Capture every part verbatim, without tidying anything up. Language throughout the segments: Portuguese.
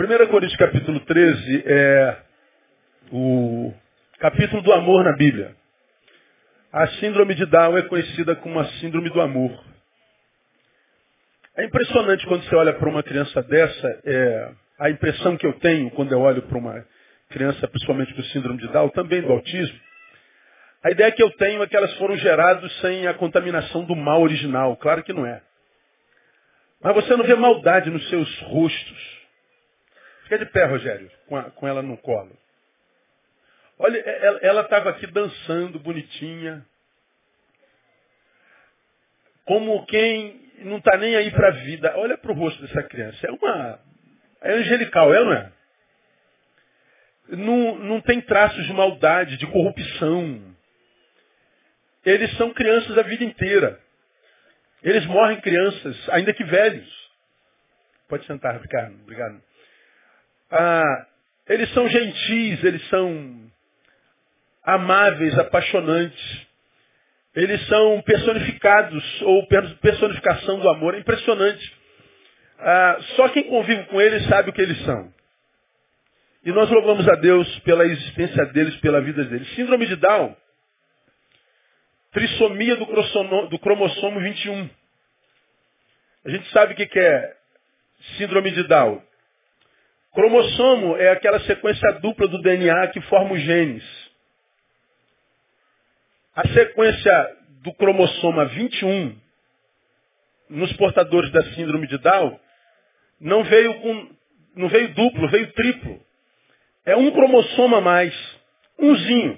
primeira Coríntios capítulo treze é o capítulo do amor na Bíblia. A síndrome de Down é conhecida como a síndrome do amor. É impressionante quando você olha para uma criança dessa, é, a impressão que eu tenho quando eu olho para uma criança, principalmente com síndrome de Down, também do autismo, a ideia que eu tenho é que elas foram geradas sem a contaminação do mal original. Claro que não é. Mas você não vê maldade nos seus rostos. Fica de pé, Rogério, com, a, com ela no colo. Olha, ela estava aqui dançando, bonitinha. Como quem não está nem aí para a vida. Olha para o rosto dessa criança. É uma... É angelical, é ou não é? Não, não tem traços de maldade, de corrupção. Eles são crianças a vida inteira. Eles morrem crianças, ainda que velhos. Pode sentar, Ricardo. Obrigado. Ah, eles são gentis, eles são amáveis, apaixonantes. Eles são personificados, ou personificação do amor. É impressionante. Ah, só quem convive com eles sabe o que eles são. E nós louvamos a Deus pela existência deles, pela vida deles. Síndrome de Down, trissomia do cromossomo, do cromossomo vinte e um. A gente sabe o que é síndrome de Down. Cromossomo é aquela sequência dupla do D N A que forma os genes. A sequência do cromossoma vinte e um nos portadores da síndrome de Down não veio com, não veio duplo, veio triplo. É um cromossoma a mais, umzinho.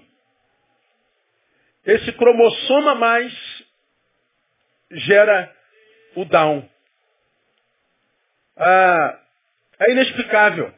Esse cromossoma a mais gera o Down. Ah, é inexplicável.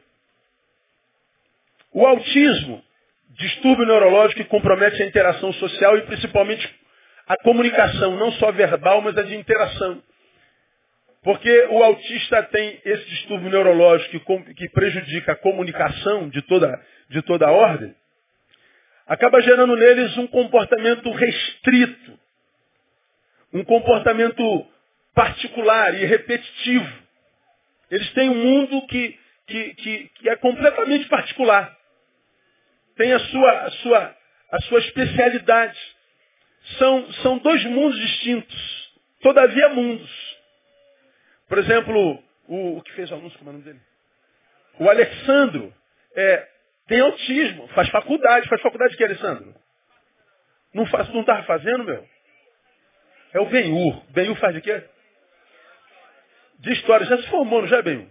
O autismo, distúrbio neurológico que compromete a interação social e principalmente a comunicação, não só verbal, mas a de interação. Porque o autista tem esse distúrbio neurológico que, que prejudica a comunicação de toda, de toda a ordem, acaba gerando neles um comportamento restrito, um comportamento particular e repetitivo. Eles têm um mundo que, que, que, que é completamente particular. Tem a sua, a sua, a sua especialidade. São, são dois mundos distintos, todavia mundos. Por exemplo, o, o que fez o anúncio, como é o nome dele? O Alexandro é, tem autismo, faz faculdade. Faz faculdade de que, Alexandro? Não faz, não estava fazendo, meu? É o Benhur. Benhur faz de quê? De história. Já se formou, não já, Benhur?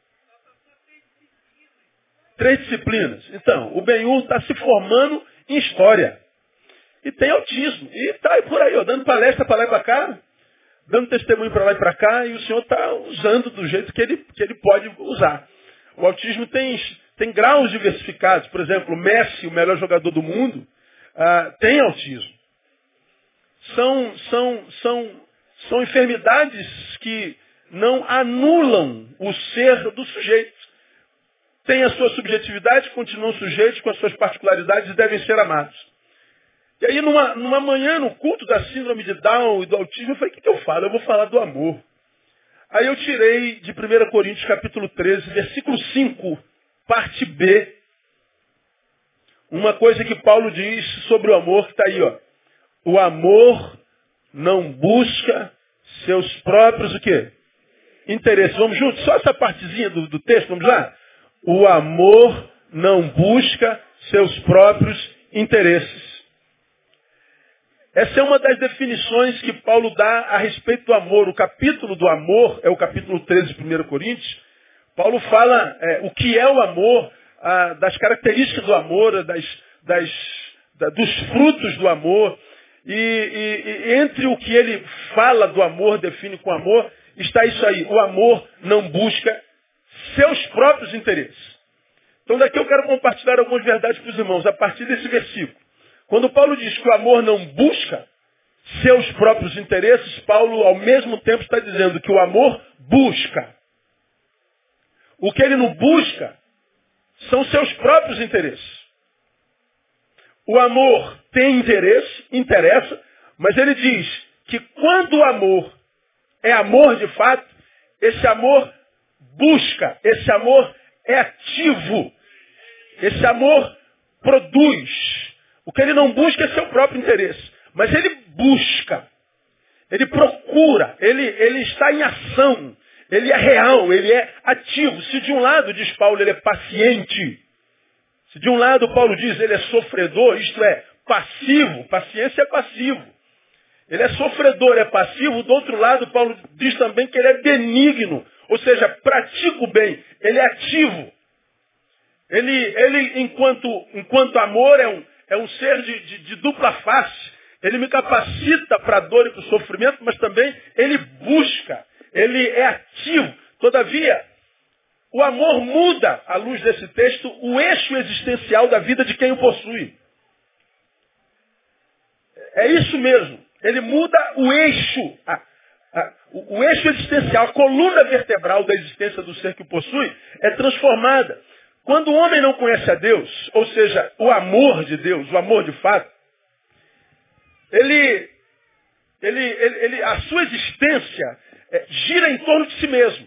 Três disciplinas. Então, o Benhur está se formando em história. E tem autismo. E está aí por aí, ó, dando palestra para lá e para cá, dando testemunho para lá e para cá, e o senhor está usando do jeito que ele, que ele pode usar. O autismo tem, tem graus diversificados. Por exemplo, o Messi, o melhor jogador do mundo, ah, tem autismo. São, são, são, são enfermidades que não anulam o ser do sujeito. Tem a sua subjetividade, continuam sujeitos com as suas particularidades e devem ser amados. E aí, numa, numa manhã, no culto da síndrome de Down e do autismo, eu falei, o que, que eu falo? Eu vou falar do amor. Aí eu tirei de primeira Coríntios, capítulo treze, versículo cinco, parte B, uma coisa que Paulo diz sobre o amor, que está aí, ó. O amor não busca seus próprios, o quê? Interesses. Vamos juntos? Só essa partezinha do, do texto, vamos lá? O amor não busca seus próprios interesses. Essa é uma das definições que Paulo dá a respeito do amor. O capítulo do amor é o capítulo treze de primeira Coríntios. Paulo fala é, o que é o amor, a, das características do amor, das, das, da, dos frutos do amor. E, e, e entre o que ele fala do amor, define com amor, está isso aí. O amor não busca seus próprios interesses. Então daqui eu quero compartilhar algumas verdades para os irmãos, a partir desse versículo. Quando Paulo diz que o amor não busca seus próprios interesses, Paulo ao mesmo tempo está dizendo que o amor busca. O que ele não busca são seus próprios interesses. O amor tem interesse, interessa, mas ele diz que quando o amor é amor de fato, esse amor busca, esse amor é ativo. Esse amor produz. O que ele não busca é seu próprio interesse. Mas ele busca. Ele procura. Ele, ele está em ação. Ele é real. Ele é ativo. Se de um lado, diz Paulo, ele é paciente. Se de um lado Paulo diz ele é sofredor, isto é, passivo. Paciência é passivo. Ele é sofredor, é passivo. Do outro lado, Paulo diz também que ele é benigno. Ou seja, pratica o bem. Ele é ativo. Ele, ele enquanto, enquanto amor, é um, é um ser de, de, de dupla face. Ele me capacita para a dor e para o sofrimento, mas também ele busca. Ele é ativo. Todavia, o amor muda, à luz desse texto, o eixo existencial da vida de quem o possui. É isso mesmo. Ele muda o eixo, a, a, o, o eixo existencial, a coluna vertebral da existência do ser que o possui é transformada. Quando o homem não conhece a Deus, ou seja, o amor de Deus, o amor de fato, ele, ele, ele, ele a sua existência é, gira em torno de si mesmo.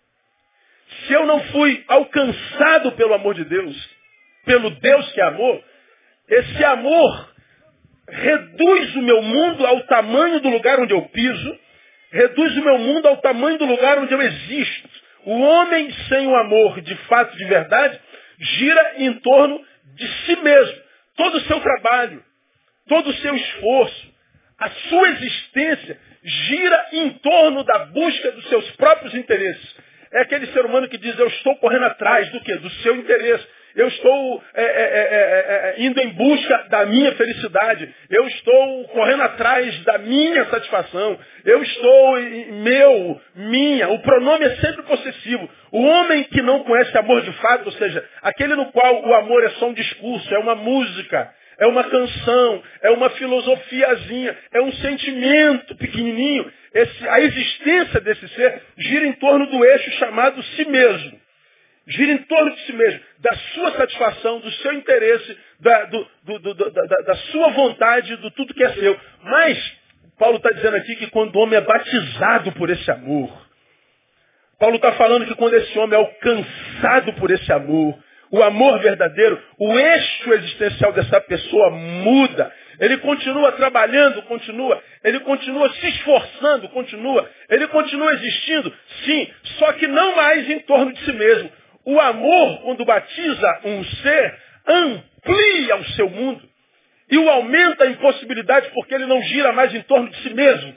Se eu não fui alcançado pelo amor de Deus, pelo Deus que é amor, esse amor reduz o meu mundo ao tamanho do lugar onde eu piso, reduz o meu mundo ao tamanho do lugar onde eu existo. O homem sem o amor, de fato, de verdade, gira em torno de si mesmo. Todo o seu trabalho, todo o seu esforço, a sua existência gira em torno da busca dos seus próprios interesses. É aquele ser humano que diz, eu estou correndo atrás do quê? Do seu interesse. Eu estou é, é, é, é, indo em busca da minha felicidade. Eu estou correndo atrás da minha satisfação. Eu estou meu, minha. O pronome é sempre possessivo. O homem que não conhece amor de fato, ou seja, aquele no qual o amor é só um discurso, é uma música, é uma canção, é uma filosofiazinha, é um sentimento pequenininho. Esse, a existência desse ser gira em torno do eixo chamado si mesmo. Gira em torno de si mesmo, da sua satisfação, do seu interesse, da, do, do, do, da, da, da sua vontade, do tudo que é seu. Mas, Paulo está dizendo aqui que quando o homem é batizado por esse amor, Paulo está falando que quando esse homem é alcançado por esse amor, o amor verdadeiro, o eixo existencial dessa pessoa muda. Ele continua trabalhando, continua, ele continua se esforçando, continua, ele continua existindo, sim, só que não mais em torno de si mesmo. O amor, quando batiza um ser, amplia o seu mundo e o aumenta a impossibilidade porque ele não gira mais em torno de si mesmo.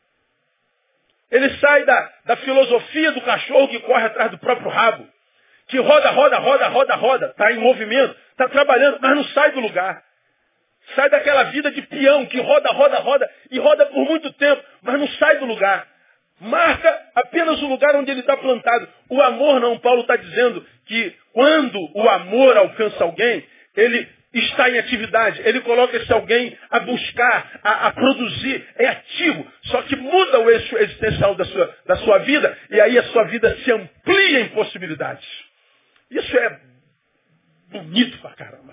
Ele sai da, da filosofia do cachorro que corre atrás do próprio rabo, que roda, roda, roda, roda, roda, está em movimento, está trabalhando, mas não sai do lugar. Sai daquela vida de peão que roda, roda, roda e roda por muito tempo, mas não sai do lugar. Marca apenas o lugar onde ele está plantado. O amor não, Paulo está dizendo que quando o amor alcança alguém, ele está em atividade. Ele coloca esse alguém a buscar, a, a produzir, é ativo. Só que muda o eixo existencial da sua, da sua vida e aí a sua vida se amplia em possibilidades. Isso é bonito pra caramba.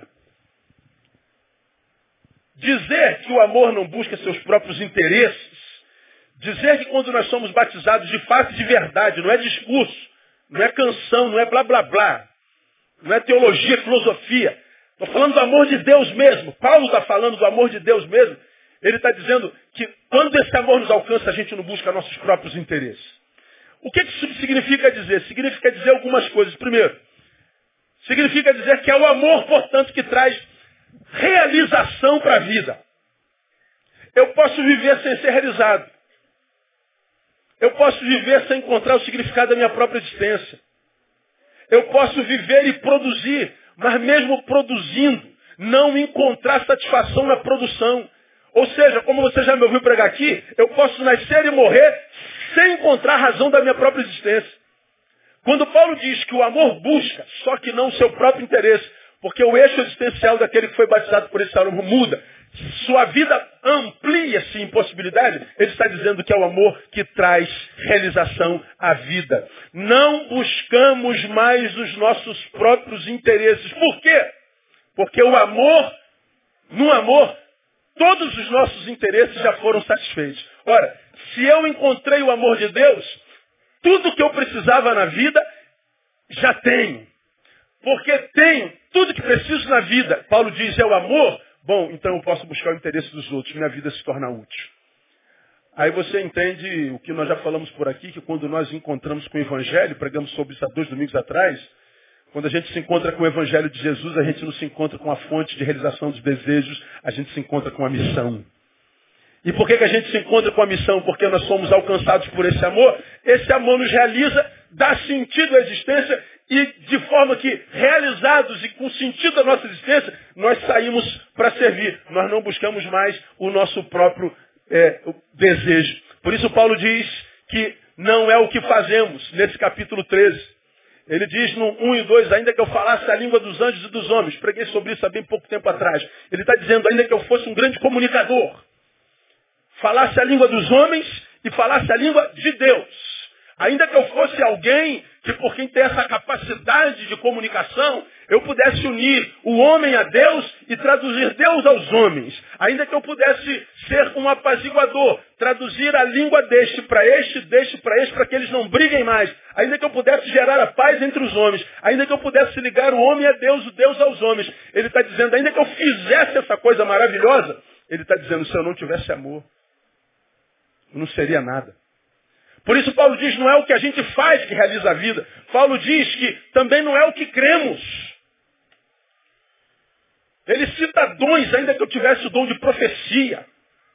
Dizer que o amor não busca seus próprios interesses, dizer que quando nós somos batizados de fato e de verdade, não é discurso, não é canção, não é blá blá blá, não é teologia, filosofia. Estou falando do amor de Deus mesmo. Paulo está falando do amor de Deus mesmo. Ele está dizendo que quando esse amor nos alcança, a gente não busca nossos próprios interesses. O que isso significa dizer? Significa dizer algumas coisas. Primeiro, significa dizer que é o amor, portanto, que traz realização para a vida. Eu posso viver sem ser realizado. Eu posso viver sem encontrar o significado da minha própria existência. Eu posso viver e produzir, mas mesmo produzindo, não encontrar satisfação na produção. Ou seja, como você já me ouviu pregar aqui, eu posso nascer e morrer sem encontrar a razão da minha própria existência. Quando Paulo diz que o amor busca, só que não o seu próprio interesse, porque o eixo existencial daquele que foi batizado por esse amor muda, sua vida amplia-se em possibilidade, ele está dizendo que é o amor que traz realização à vida. Não buscamos mais os nossos próprios interesses. Por quê? Porque o amor, no amor, todos os nossos interesses já foram satisfeitos. Ora, se eu encontrei o amor de Deus, tudo que eu precisava na vida, já tenho. porque tenho tudo que preciso na vida. Paulo diz, é o amor? Bom, então eu posso buscar o interesse dos outros, minha vida se torna útil. Aí você entende o que nós já falamos por aqui, que quando nós encontramos com o Evangelho, pregamos sobre isso há dois domingos atrás, quando a gente se encontra com o Evangelho de Jesus, a gente não se encontra com a fonte de realização dos desejos, a gente se encontra com a missão. E por que, que a gente se encontra com a missão? Porque nós somos alcançados por esse amor. Esse amor nos realiza, dá sentido à existência e de forma que, realizados e com sentido à nossa existência, nós saímos para servir. Nós não buscamos mais o nosso próprio é, o desejo. Por isso Paulo diz que não é o que fazemos, nesse capítulo treze. Ele diz no um e dois, ainda que eu falasse a língua dos anjos e dos homens. Preguei sobre isso há bem pouco tempo atrás. Ele está dizendo, ainda que eu fosse um grande comunicador, falasse a língua dos homens e falasse a língua de Deus. Ainda que eu fosse alguém que, por quem tem essa capacidade de comunicação, eu pudesse unir o homem a Deus e traduzir Deus aos homens. Ainda que eu pudesse ser um apaziguador, traduzir a língua deste para este, deste para este, para que eles não briguem mais. Ainda que eu pudesse gerar a paz entre os homens. Ainda que eu pudesse ligar o homem a Deus, o Deus aos homens. Ele está dizendo, ainda que eu fizesse essa coisa maravilhosa, ele está dizendo, se eu não tivesse amor, eu não seria nada. Por isso Paulo diz, não é o que a gente faz que realiza a vida. Paulo diz que também não é o que cremos. Ele cita dons, ainda que eu tivesse o dom de profecia.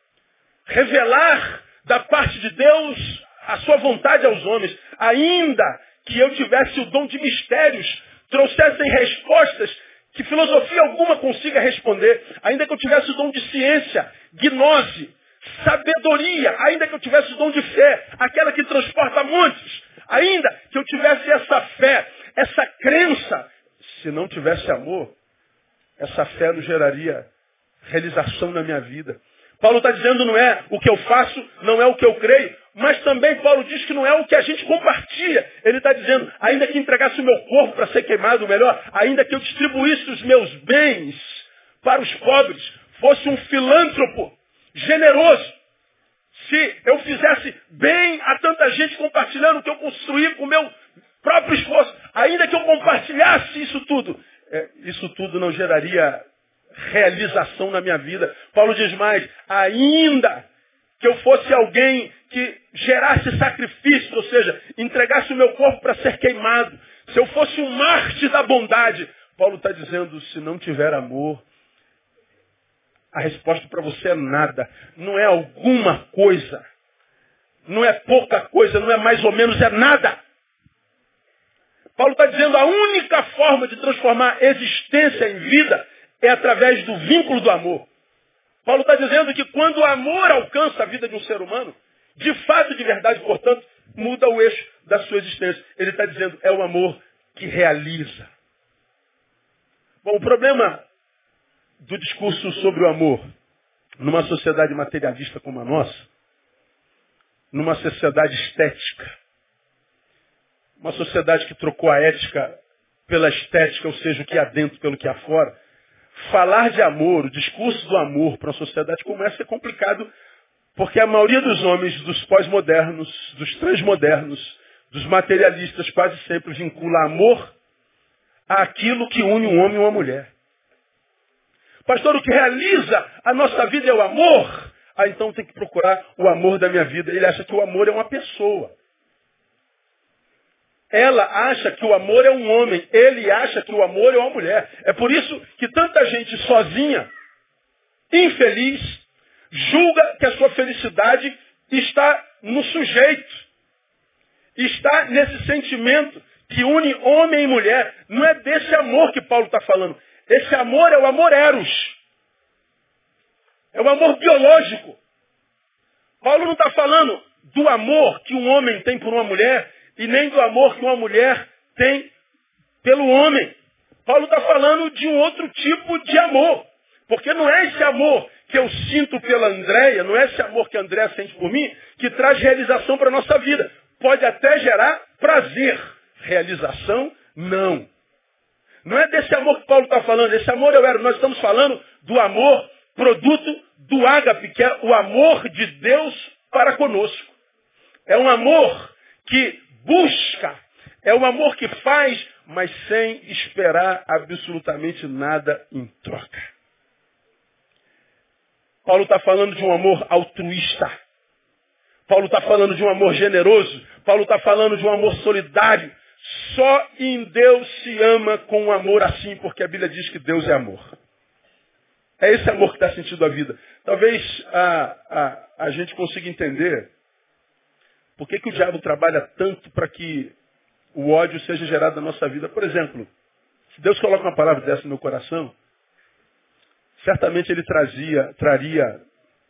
Revelar da parte de Deus a sua vontade aos homens. Ainda que eu tivesse o dom de mistérios, trouxessem respostas que filosofia alguma consiga responder. Ainda que eu tivesse o dom de ciência, gnose, sabedoria, ainda que eu tivesse o dom de fé, aquela que transporta montes, ainda que eu tivesse essa fé, essa crença, se não tivesse amor, essa fé não geraria realização na minha vida. Paulo está dizendo, não é o que eu faço, não é o que eu creio, mas também Paulo diz que não é o que a gente compartilha. Ele está dizendo, ainda que entregasse o meu corpo para ser queimado, melhor, ainda que eu distribuísse os meus bens para os pobres, fosse um filântropo, generoso, se eu fizesse bem a tanta gente compartilhando o que eu construí com o meu próprio esforço, ainda que eu compartilhasse isso tudo, é, isso tudo não geraria realização na minha vida. Paulo diz mais, ainda que eu fosse alguém que gerasse sacrifício, ou seja, entregasse o meu corpo para ser queimado, se eu fosse um mártir da bondade, Paulo está dizendo, se não tiver amor, a resposta para você é nada. Não é alguma coisa. Não é pouca coisa, não é mais ou menos, é nada. Paulo está dizendo a única forma de transformar existência em vida é através do vínculo do amor. Paulo está dizendo que quando o amor alcança a vida de um ser humano, de fato, de verdade, portanto, muda o eixo da sua existência. Ele está dizendo, é o amor que realiza. Bom, o problema do discurso sobre o amor, numa sociedade materialista como a nossa, numa sociedade estética, uma sociedade que trocou a ética pela estética, ou seja, o que há dentro pelo que há fora, falar de amor, o discurso do amor para uma sociedade como essa é complicado, porque a maioria dos homens, dos pós-modernos, dos transmodernos, dos materialistas, quase sempre vincula amor àquilo que une um homem e uma mulher. Pastor, o que realiza a nossa vida é o amor? Ah, então tem que procurar o amor da minha vida. Ele acha que o amor é uma pessoa. Ela acha que o amor é um homem. Ele acha que o amor é uma mulher. É por isso que tanta gente sozinha, infeliz, julga que a sua felicidade está no sujeito. Está nesse sentimento que une homem e mulher. Não é desse amor que Paulo está falando. Esse amor é o amor eros. É o amor biológico. Paulo não está falando do amor que um homem tem por uma mulher e nem do amor que uma mulher tem pelo homem. Paulo está falando de um outro tipo de amor. Porque não é esse amor que eu sinto pela Andréia, não é esse amor que a Andréia sente por mim, que traz realização para a nossa vida. Pode até gerar prazer. Realização, não. Não é desse amor que Paulo está falando. Esse amor eu era. Nós estamos falando do amor produto do ágape, que é o amor de Deus para conosco. É um amor que busca É um amor que faz, mas sem esperar absolutamente nada em troca. Paulo está falando de um amor altruísta. Paulo está falando de um amor generoso. Paulo está falando de um amor solidário. Só em Deus se ama com um amor assim, porque a Bíblia diz que Deus é amor. É esse amor que dá sentido à vida. Talvez a, a, a gente consiga entender por que, que o diabo trabalha tanto para que o ódio seja gerado na nossa vida. Por exemplo, se Deus coloca uma palavra dessa no meu coração, certamente ele trazia, traria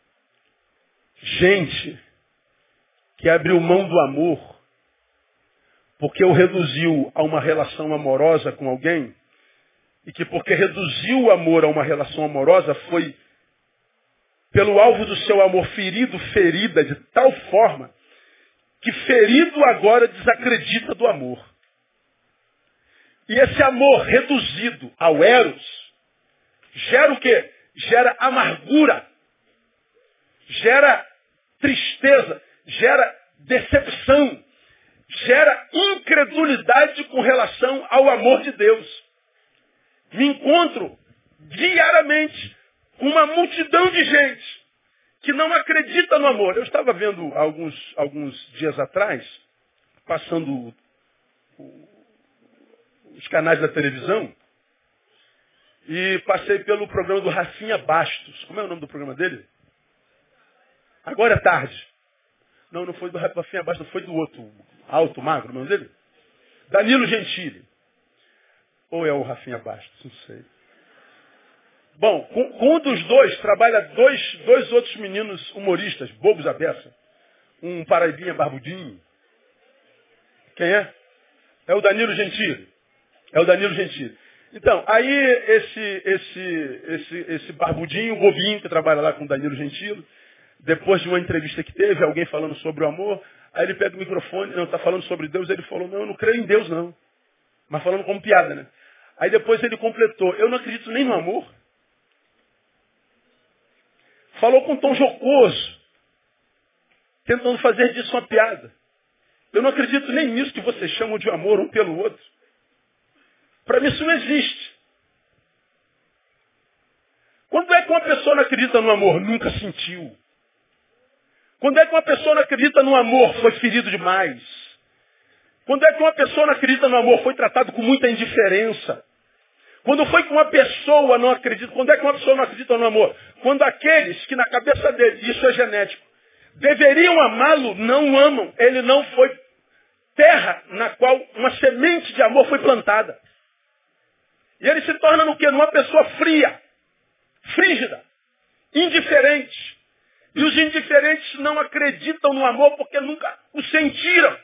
gente que abriu mão do amor porque o reduziu a uma relação amorosa com alguém e que porque reduziu o amor a uma relação amorosa foi pelo alvo do seu amor ferido, ferida de tal forma que ferido agora desacredita do amor. E esse amor reduzido ao eros gera o quê? Gera amargura, gera tristeza, gera decepção, gera incredulidade com relação ao amor de Deus. Me encontro diariamente com uma multidão de gente que não acredita no amor. Eu estava vendo alguns, alguns dias atrás, passando o, os canais da televisão, e passei pelo programa do Rafinha Bastos. Como é o nome do programa dele? Agora é tarde. Não, não foi do Rafinha Bastos, foi do outro, alto, magro, o nome dele? Danilo Gentili. Ou é o Rafinha Bastos, não sei. Bom, com, com um dos dois, trabalha dois, dois outros meninos humoristas, bobos à beça. Um paraibinha barbudinho. Quem é? É o Danilo Gentili. É o Danilo Gentili. Então, aí esse, esse, esse, esse barbudinho, bobinho, que trabalha lá com o Danilo Gentili, depois de uma entrevista que teve, alguém falando sobre o amor, aí ele pega o microfone, não, está falando sobre Deus, ele falou, não, eu não creio em Deus não. Mas falando como piada, né? Aí depois ele completou, eu não acredito nem no amor. Falou com um tom jocoso, tentando fazer disso uma piada. Eu não acredito nem nisso que vocês chamam de amor um pelo outro. Para mim isso não existe. Quando é que uma pessoa não acredita no amor? Nunca sentiu. Quando é que uma pessoa não acredita no amor? Foi ferido demais. Quando é que uma pessoa não acredita no amor? Foi tratado com muita indiferença. Quando foi que uma pessoa não acredita? Quando é que uma pessoa não acredita no amor? Quando aqueles que na cabeça dele, isso é genético, deveriam amá-lo, não amam. Ele não foi terra na qual uma semente de amor foi plantada. E ele se torna no quê? Numa pessoa fria, frígida, indiferente. E os indiferentes não acreditam no amor porque nunca o sentiram.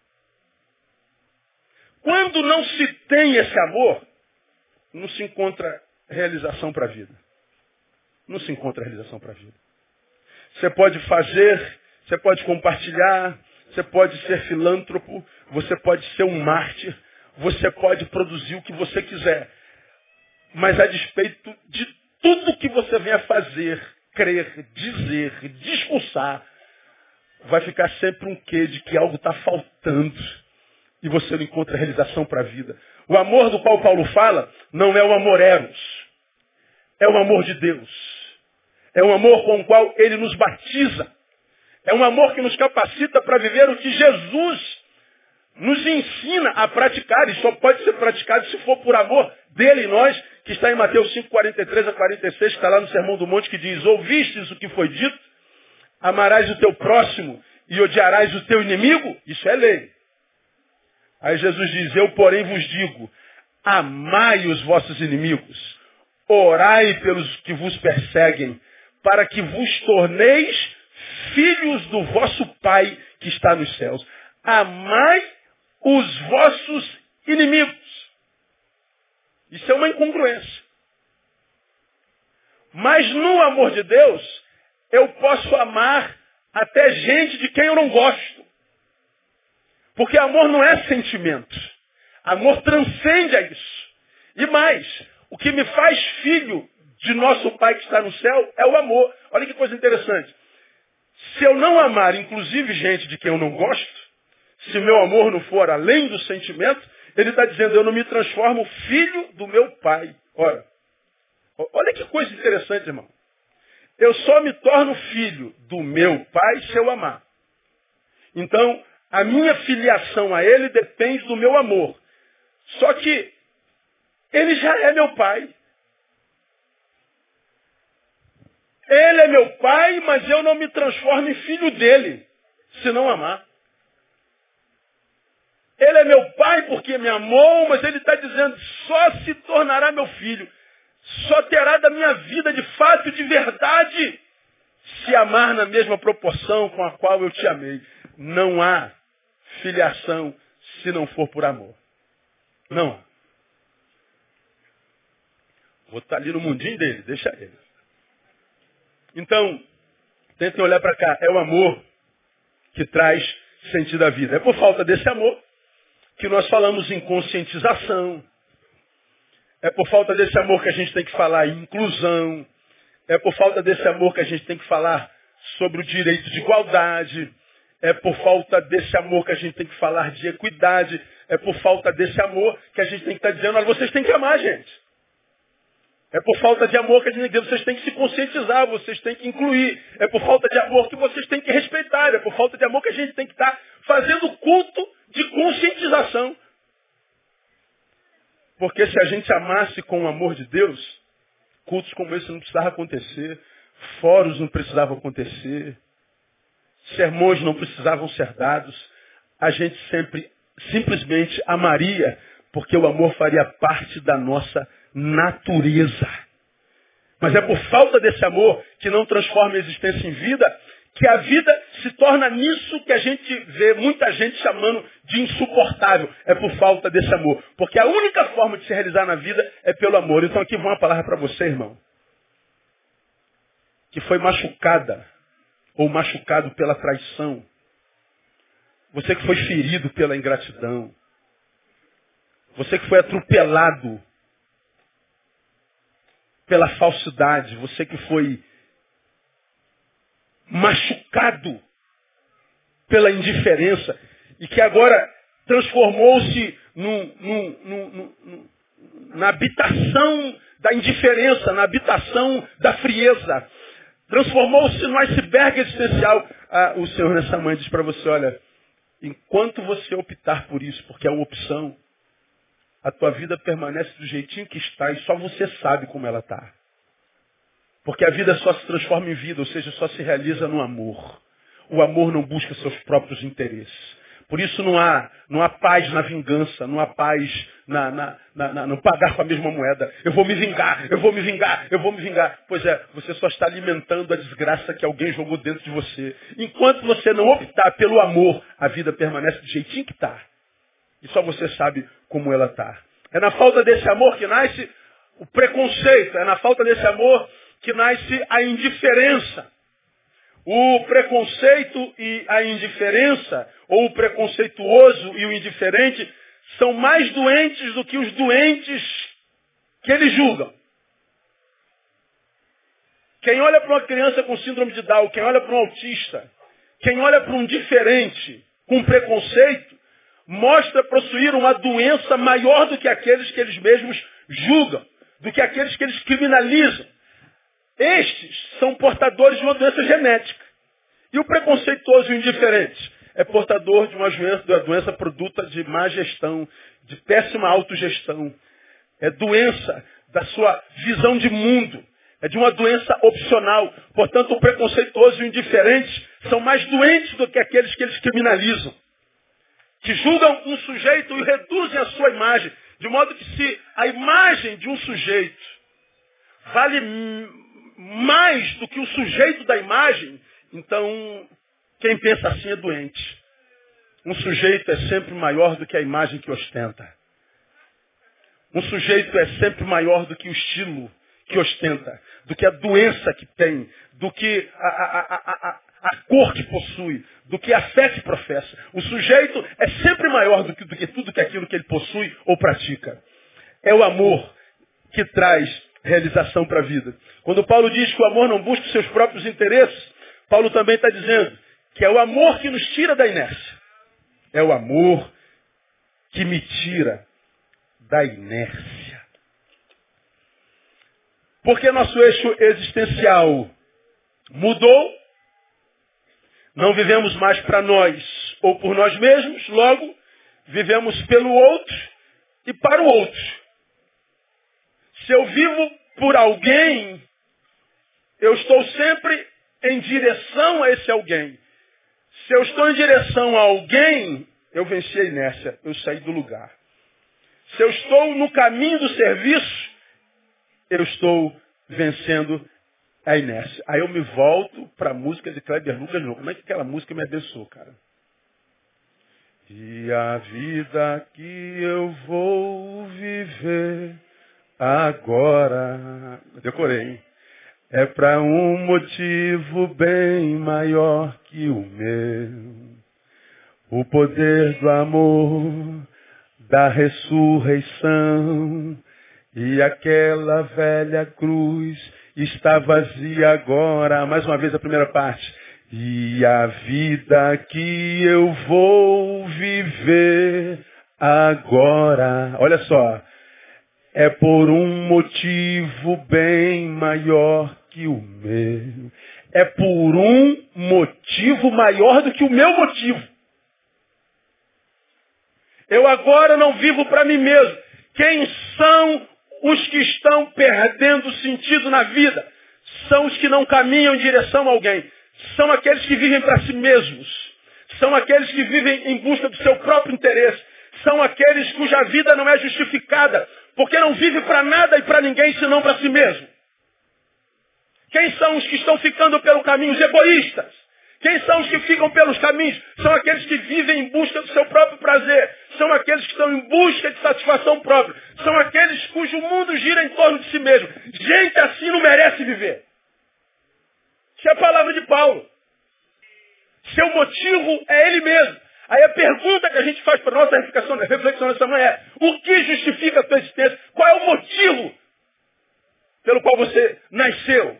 Quando não se tem esse amor, não se encontra realização para a vida. Não se encontra realização para a vida. Você pode fazer, você pode compartilhar, você pode ser filântropo, você pode ser um mártir, você pode produzir o que você quiser. Mas a despeito de tudo que você venha fazer, crer, dizer, discursar, vai ficar sempre um quê de que algo está faltando e você não encontra realização para a vida. O amor do qual Paulo fala não é o amor eros, é o amor de Deus. É um amor com o qual ele nos batiza. É um amor que nos capacita para viver o que Jesus nos ensina a praticar. E só pode ser praticado se for por amor dele e nós, que está em Mateus cinco, quarenta e três a quarenta e seis, que está lá no Sermão do Monte, que diz, ouvistes o que foi dito, amarás o teu próximo e odiarás o teu inimigo? Isso é lei. Aí Jesus diz, eu porém vos digo, amai os vossos inimigos, orai pelos que vos perseguem, para que vos torneis filhos do vosso Pai que está nos céus. Amai os vossos inimigos. Isso é uma incongruência. Mas no amor de Deus, eu posso amar até gente de quem eu não gosto. Porque amor não é sentimento. Amor transcende a isso. E mais, o que me faz filho de nosso Pai que está no céu é o amor. Olha que coisa interessante. Se eu não amar, inclusive, gente de quem eu não gosto, se meu amor não for além do sentimento, ele está dizendo, eu não me transformo filho do meu pai. Ora, olha que coisa interessante, irmão. Eu só me torno filho do meu pai se eu amar. Então, a minha filiação a ele depende do meu amor. Só que ele já é meu pai. Ele é meu pai, mas eu não me transformo em filho dele, se não amar. Ele é meu pai porque me amou, mas ele está dizendo, só se tornará meu filho. Só terá da minha vida de fato e de verdade se amar na mesma proporção com a qual eu te amei. Não há filiação se não for por amor. Não. Vou estar ali no mundinho dele, deixa ele. Então, tentem olhar para cá. É o amor que traz sentido à vida. É por falta desse amor que nós falamos em conscientização. É por falta desse amor que a gente tem que falar em inclusão. É por falta desse amor que a gente tem que falar sobre o direito de igualdade. É por falta desse amor que a gente tem que falar de equidade. É por falta desse amor que a gente tem que estar dizendo, olha, vocês têm que amar, gente. É por falta de amor que a gente tem que dizer, vocês têm que se conscientizar, vocês têm que incluir. É por falta de amor que vocês têm que respeitar. É por falta de amor que a gente tem que estar fazendo culto de conscientização. Porque se a gente amasse com o amor de Deus, cultos como esse não precisavam acontecer, fóruns não precisavam acontecer, sermões não precisavam ser dados, a gente sempre, simplesmente amaria, porque o amor faria parte da nossa natureza. Mas é por falta desse amor que não transforma a existência em vida, que a vida se torna nisso que a gente vê muita gente chamando de insuportável. É por falta desse amor. Porque a única forma de se realizar na vida é pelo amor. Então aqui vou uma palavra para você, irmão. Que foi machucada ou machucado pela traição. Você que foi ferido pela ingratidão. Você que foi atropelado pela falsidade. Você que foi machucado pela indiferença e que agora transformou-se num, num, num, num, na habitação da indiferença, na habitação da frieza. Transformou-se no iceberg existencial. Ah, o Senhor nessa manhã diz para você, olha, enquanto você optar por isso, porque é uma opção, a tua vida permanece do jeitinho que está e só você sabe como ela está. Porque a vida só se transforma em vida, ou seja, só se realiza no amor. O amor não busca seus próprios interesses. Por isso não há, não há paz na vingança, não há paz na, na, na, na, no pagar com a mesma moeda. Eu vou me vingar, eu vou me vingar, eu vou me vingar. Pois é, você só está alimentando a desgraça que alguém jogou dentro de você. Enquanto você não optar pelo amor, a vida permanece do jeitinho que está. E só você sabe como ela está. É na falta desse amor que nasce o preconceito, é na falta desse amor que nasce a indiferença. O preconceito e a indiferença, ou o preconceituoso e o indiferente, são mais doentes do que os doentes que eles julgam. Quem olha para uma criança com síndrome de Down, quem olha para um autista, quem olha para um diferente com preconceito, mostra possuir uma doença maior do que aqueles que eles mesmos julgam, do que aqueles que eles criminalizam. Estes são portadores de uma doença genética. E o preconceituoso e o indiferente é portador de uma doença, de uma doença produta de má gestão, de péssima autogestão. É doença da sua visão de mundo. É de uma doença opcional. Portanto, o preconceituoso e o indiferente são mais doentes do que aqueles que eles criminalizam. Que julgam um sujeito e reduzem a sua imagem. De modo que se a imagem de um sujeito vale mais do que o sujeito da imagem, então quem pensa assim é doente. Um sujeito é sempre maior do que a imagem que ostenta. Um sujeito é sempre maior do que o estilo que ostenta, do que a doença que tem, do que a, a, a, a, a cor que possui, do que a fé que professa. O sujeito é sempre maior do que, do que tudo que aquilo que ele possui ou pratica. É o amor que traz realização para a vida. Quando Paulo diz que o amor não busca os seus próprios interesses, Paulo também está dizendo que é o amor que nos tira da inércia. É o amor que me tira da inércia. Porque nosso eixo existencial mudou, não vivemos mais para nós ou por nós mesmos, logo vivemos pelo outro e para o outro. Se eu vivo por alguém, eu estou sempre em direção a esse alguém. Se eu estou em direção a alguém, eu venci a inércia, eu saí do lugar. Se eu estou no caminho do serviço, eu estou vencendo a inércia. Aí eu me volto para a música de Kleber Lucas. Como é que aquela música me abençoou, cara? E a vida que eu vou viver agora, eu decorei, hein? É para um motivo bem maior que o meu. O poder do amor, da ressurreição. E aquela velha cruz está vazia agora. Mais uma vez a primeira parte. E a vida que eu vou viver agora. Olha só. É por um motivo bem maior que o meu. É por um motivo maior do que o meu motivo. Eu agora não vivo para mim mesmo. Quem são os que estão perdendo sentido na vida? São os que não caminham em direção a alguém. São aqueles que vivem para si mesmos. São aqueles que vivem em busca do seu próprio interesse. São aqueles cuja vida não é justificada, porque não vive para nada e para ninguém, senão para si mesmo. Quem são os que estão ficando pelo caminho? Os egoístas. Quem são os que ficam pelos caminhos? São aqueles que vivem em busca do seu próprio prazer. São aqueles que estão em busca de satisfação própria. São aqueles cujo mundo gira em torno de si mesmo. Gente assim não merece viver. Isso é a palavra de Paulo. Seu motivo é ele mesmo. Aí a pergunta que a gente faz para a nossa reflexão, reflexão nessa manhã é: o que justifica a tua existência? Qual é o motivo pelo qual você nasceu?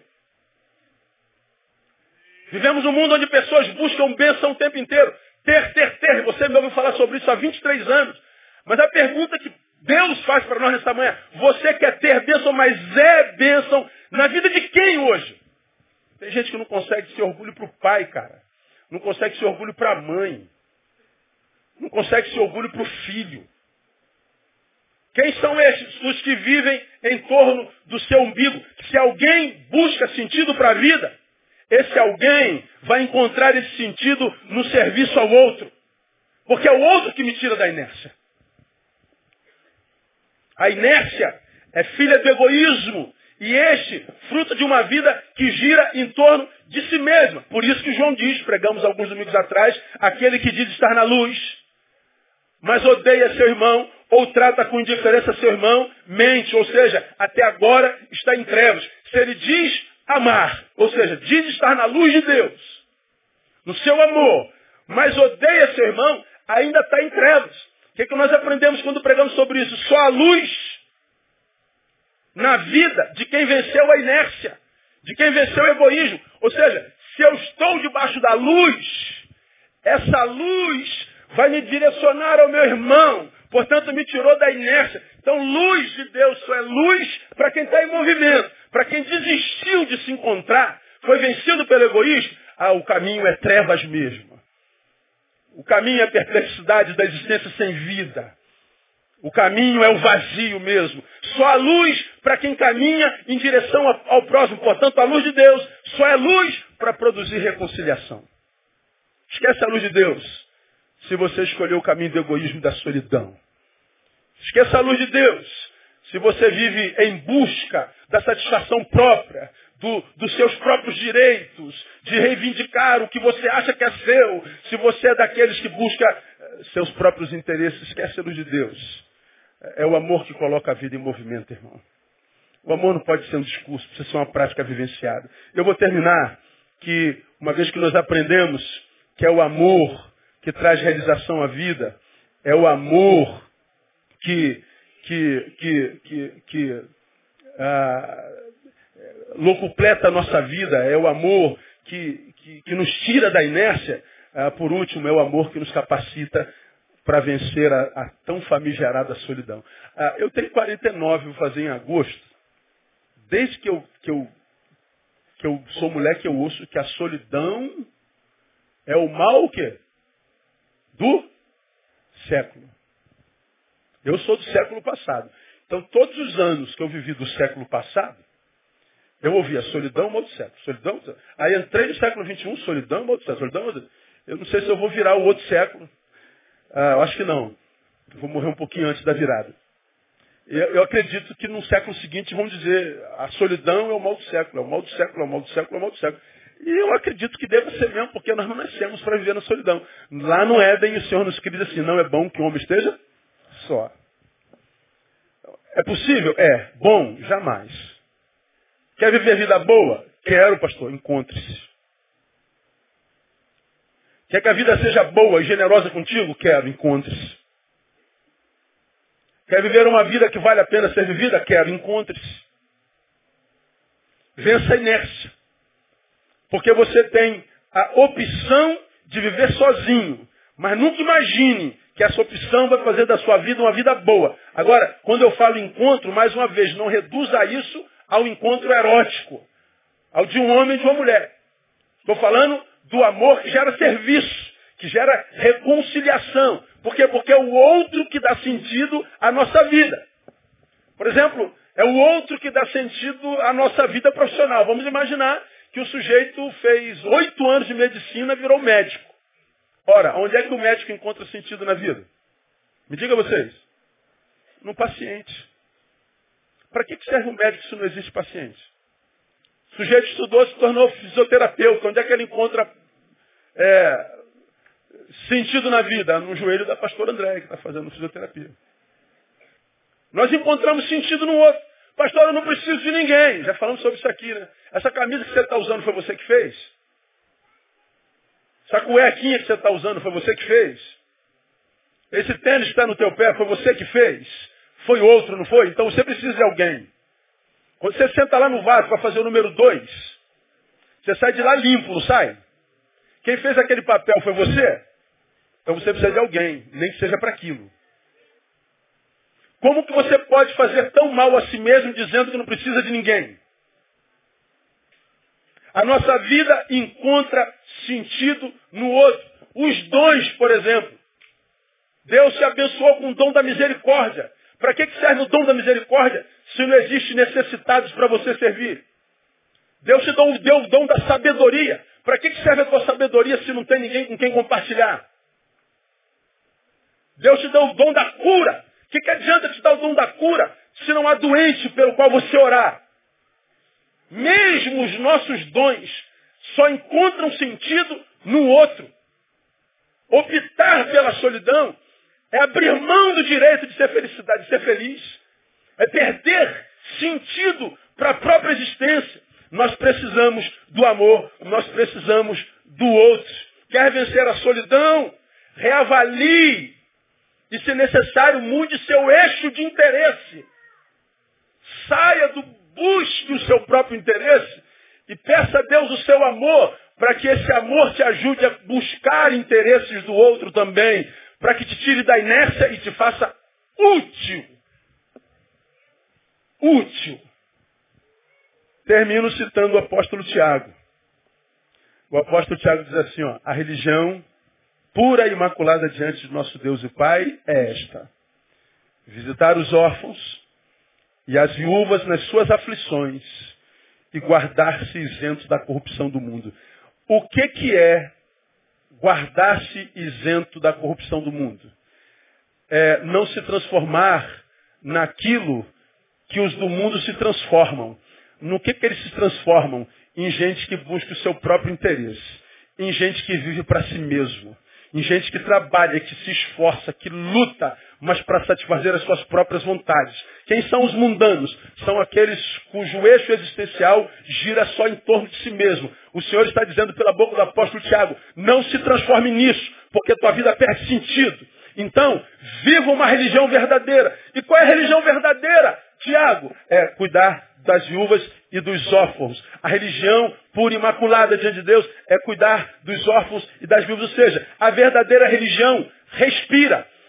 Vivemos um mundo onde pessoas buscam bênção o tempo inteiro. Ter, ter, ter. Você me ouviu falar sobre isso há vinte e três anos. Mas a pergunta que Deus faz para nós nessa manhã: você quer ter bênção, mas é bênção na vida de quem hoje? Tem gente que não consegue ser orgulho para o pai, cara. Não consegue ser orgulho para a mãe. Não consegue ser orgulho para o filho. Quem são esses? Os que vivem em torno do seu umbigo. Se alguém busca sentido para a vida, esse alguém vai encontrar esse sentido no serviço ao outro. Porque é o outro que me tira da inércia. A inércia é filha do egoísmo. E este, fruto de uma vida que gira em torno de si mesma. Por isso que João diz, pregamos alguns domingos atrás, aquele que diz estar na luz, mas odeia seu irmão, ou trata com indiferença seu irmão, mente, ou seja, até agora está em trevas. Se ele diz amar, ou seja, diz estar na luz de Deus, no seu amor, mas odeia seu irmão, ainda está em trevas. O que, é que nós aprendemos quando pregamos sobre isso? Só a luz na vida de quem venceu a inércia, de quem venceu o egoísmo. Ou seja, se eu estou debaixo da luz, essa luz vai me direcionar ao meu irmão, portanto me tirou da inércia. Então luz de Deus só é luz para quem está em movimento, para quem desistiu de se encontrar, foi vencido pelo egoísmo. Ah, o caminho é trevas mesmo. O caminho é a perplexidade da existência sem vida. O caminho é o vazio mesmo. Só a luz para quem caminha em direção ao próximo. Portanto, a luz de Deus só é luz para produzir reconciliação. Esquece a luz de Deus se você escolheu o caminho do egoísmo e da solidão. Esqueça a luz de Deus se você vive em busca da satisfação própria, do, dos seus próprios direitos, de reivindicar o que você acha que é seu. Se você é daqueles que busca seus próprios interesses, esquece a luz de Deus. É o amor que coloca a vida em movimento, irmão. O amor não pode ser um discurso, precisa ser uma prática vivenciada. Eu vou terminar que, uma vez que nós aprendemos que é o amor que traz realização à vida, é o amor que, que, que, que, que ah, locupleta a nossa vida, é o amor que, que, que nos tira da inércia. Ah, por último, é o amor que nos capacita para vencer a, a tão famigerada solidão. Ah, eu tenho quarenta e nove, vou fazer em agosto. Desde que eu, que, eu, que eu sou moleque, eu ouço que a solidão é o mal o quê? Do século. Eu sou do século passado. Então, todos os anos que eu vivi do século passado, eu ouvia solidão, mal do século. Solidão, mal do século. Aí entrei no século vinte e um, solidão, mal do século. Solidão, mal do século. Eu não sei se eu vou virar o outro século. Ah, eu acho que não. Eu vou morrer um pouquinho antes da virada. Eu, eu acredito que no século seguinte vão dizer a solidão é o mal do século, é o mal do século, é o mal do século, é o mal do século. E eu acredito que deva ser mesmo, porque nós não nascemos para viver na solidão. Lá no Éden, o Senhor nos diz assim, não é bom que o homem esteja só. É possível? É. Bom? Jamais. Quer viver vida boa? Quero, pastor. Encontre-se. Quer que a vida seja boa e generosa contigo? Quero. Encontre-se. Quer viver uma vida que vale a pena ser vivida? Quero. Encontre-se. Vença a inércia. Porque você tem a opção de viver sozinho. Mas nunca imagine que essa opção vai fazer da sua vida uma vida boa. Agora, quando eu falo encontro, mais uma vez, não reduza isso ao encontro erótico. Ao de um homem e de uma mulher. Estou falando do amor que gera serviço, que gera reconciliação. Por quê? Porque é o outro que dá sentido à nossa vida. Por exemplo, é o outro que dá sentido à nossa vida profissional. Vamos imaginar que o sujeito fez oito anos de medicina e virou médico. Ora, onde é que o médico encontra sentido na vida? Me diga vocês. No paciente. Para que serve um médico se não existe paciente? O sujeito estudou, se tornou fisioterapeuta. Onde é que ele encontra é, sentido na vida? No joelho da pastora André, que está fazendo fisioterapia. Nós encontramos sentido no outro. Pastor, eu não preciso de ninguém. Já falamos sobre isso aqui, né? Essa camisa que você está usando foi você que fez? Essa cuequinha que você está usando foi você que fez? Esse tênis que está no teu pé foi você que fez? Foi outro, não foi? Então você precisa de alguém. Quando você senta lá no vaso para fazer o número dois, você sai de lá limpo, não sai? Quem fez aquele papel foi você? Então você precisa de alguém, nem que seja para aquilo. Como que você pode fazer tão mal a si mesmo dizendo que não precisa de ninguém? A nossa vida encontra sentido no outro. Os dons, por exemplo. Deus te abençoou com o dom da misericórdia. Para que serve o dom da misericórdia se não existe necessitados para você servir? Deus te deu o dom da sabedoria. Para que serve a tua sabedoria se não tem ninguém com quem compartilhar? Deus te deu o dom da cura. O que, que adianta te dar o dom da cura se não há doente pelo qual você orar? Mesmo os nossos dons só encontram sentido no outro. Optar pela solidão é abrir mão do direito de ser felicidade, de ser feliz. É perder sentido para a própria existência. Nós precisamos do amor, nós precisamos do outro. Quer vencer a solidão? Reavalie. E, se necessário, mude seu eixo de interesse. Saia do busque o seu próprio interesse e peça a Deus o seu amor para que esse amor te ajude a buscar interesses do outro também, para que te tire da inércia e te faça útil. Útil. Termino citando o apóstolo Tiago. O apóstolo Tiago diz assim, ó, a religião pura e imaculada diante de nosso Deus e Pai é esta: visitar os órfãos e as viúvas nas suas aflições e guardar-se isento da corrupção do mundo. O que que é guardar-se isento da corrupção do mundo? É não se transformar naquilo que os do mundo se transformam. No que que eles se transformam? Em gente que busca o seu próprio interesse. Em gente que vive para si mesmo. Em gente que trabalha, que se esforça, que luta, mas para satisfazer as suas próprias vontades. Quem são os mundanos? São aqueles cujo eixo existencial gira só em torno de si mesmo. O Senhor está dizendo pela boca do apóstolo Tiago, não se transforme nisso, porque a tua vida perde sentido. Então, viva uma religião verdadeira. E qual é a religião verdadeira, Tiago? É cuidar das viúvas e dos órfãos. A religião pura e imaculada diante de Deus é cuidar dos órfãos e das viúvas. Ou seja, a verdadeira religião respira.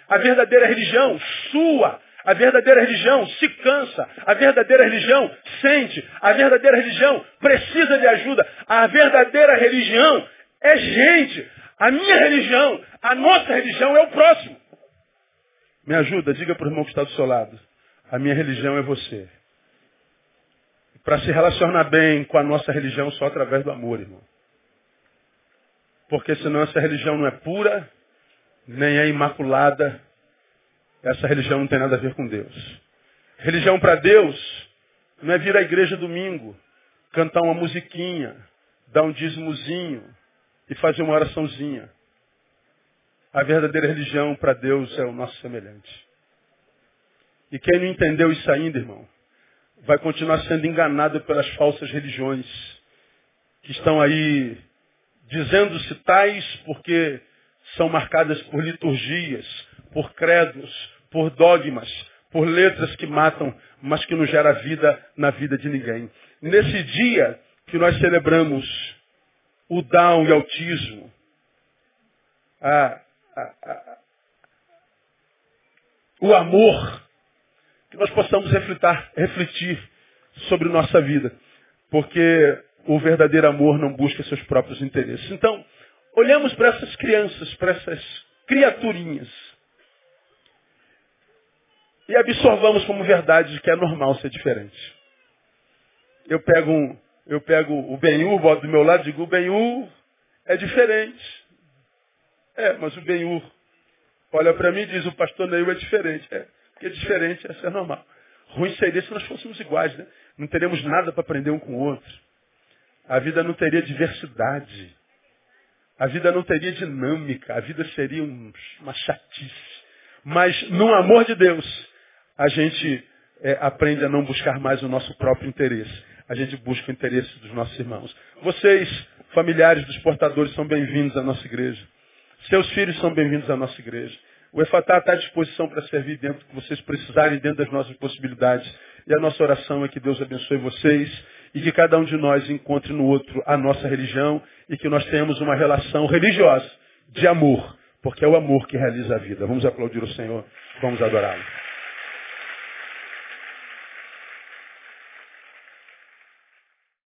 A verdadeira religião sua. A verdadeira religião se cansa. A verdadeira religião sente. A verdadeira religião precisa de ajuda. A verdadeira religião é gente. A minha religião, a nossa religião é o próximo. Me ajuda, diga para o irmão que está do seu lado. A minha religião é você. Para se relacionar bem com a nossa religião só através do amor, irmão. Porque senão essa religião não é pura, nem é imaculada. Essa religião não tem nada a ver com Deus. Religião para Deus não é vir à igreja domingo, cantar uma musiquinha, dar um dízimozinho e fazer uma oraçãozinha. A verdadeira religião para Deus é o nosso semelhante. E quem não entendeu isso ainda, irmão, vai continuar sendo enganado pelas falsas religiões que estão aí dizendo-se tais porque são marcadas por liturgias, por credos, por dogmas, por letras que matam, mas que não geram vida na vida de ninguém. Nesse dia que nós celebramos o Down e autismo, a, a, a, o amor, que nós possamos refletir, refletir sobre nossa vida, porque o verdadeiro amor não busca seus próprios interesses. Então, olhamos para essas crianças, para essas criaturinhas, e absorvamos como verdade que é normal ser diferente. Eu pego, um, eu pego o Ben-Hur, boto do meu lado e digo, o Ben-Hur é diferente. É, mas o Ben-Hur olha para mim e diz, o pastor Neil é diferente. É, porque diferente é ser normal. Ruim seria se nós fôssemos iguais, né? Não teríamos nada para aprender um com o outro. A vida não teria diversidade. A vida não teria dinâmica. A vida seria um, uma chatice. Mas no amor de Deus, a gente é, aprende a não buscar mais o nosso próprio interesse. A gente busca o interesse dos nossos irmãos. Vocês, familiares dos portadores, são bem-vindos à nossa igreja. Seus filhos são bem-vindos à nossa igreja. O Efatá está à disposição para servir dentro do que vocês precisarem, dentro das nossas possibilidades. E a nossa oração é que Deus abençoe vocês e que cada um de nós encontre no outro a nossa religião e que nós tenhamos uma relação religiosa de amor, porque é o amor que realiza a vida. Vamos aplaudir o Senhor, vamos adorá-lo.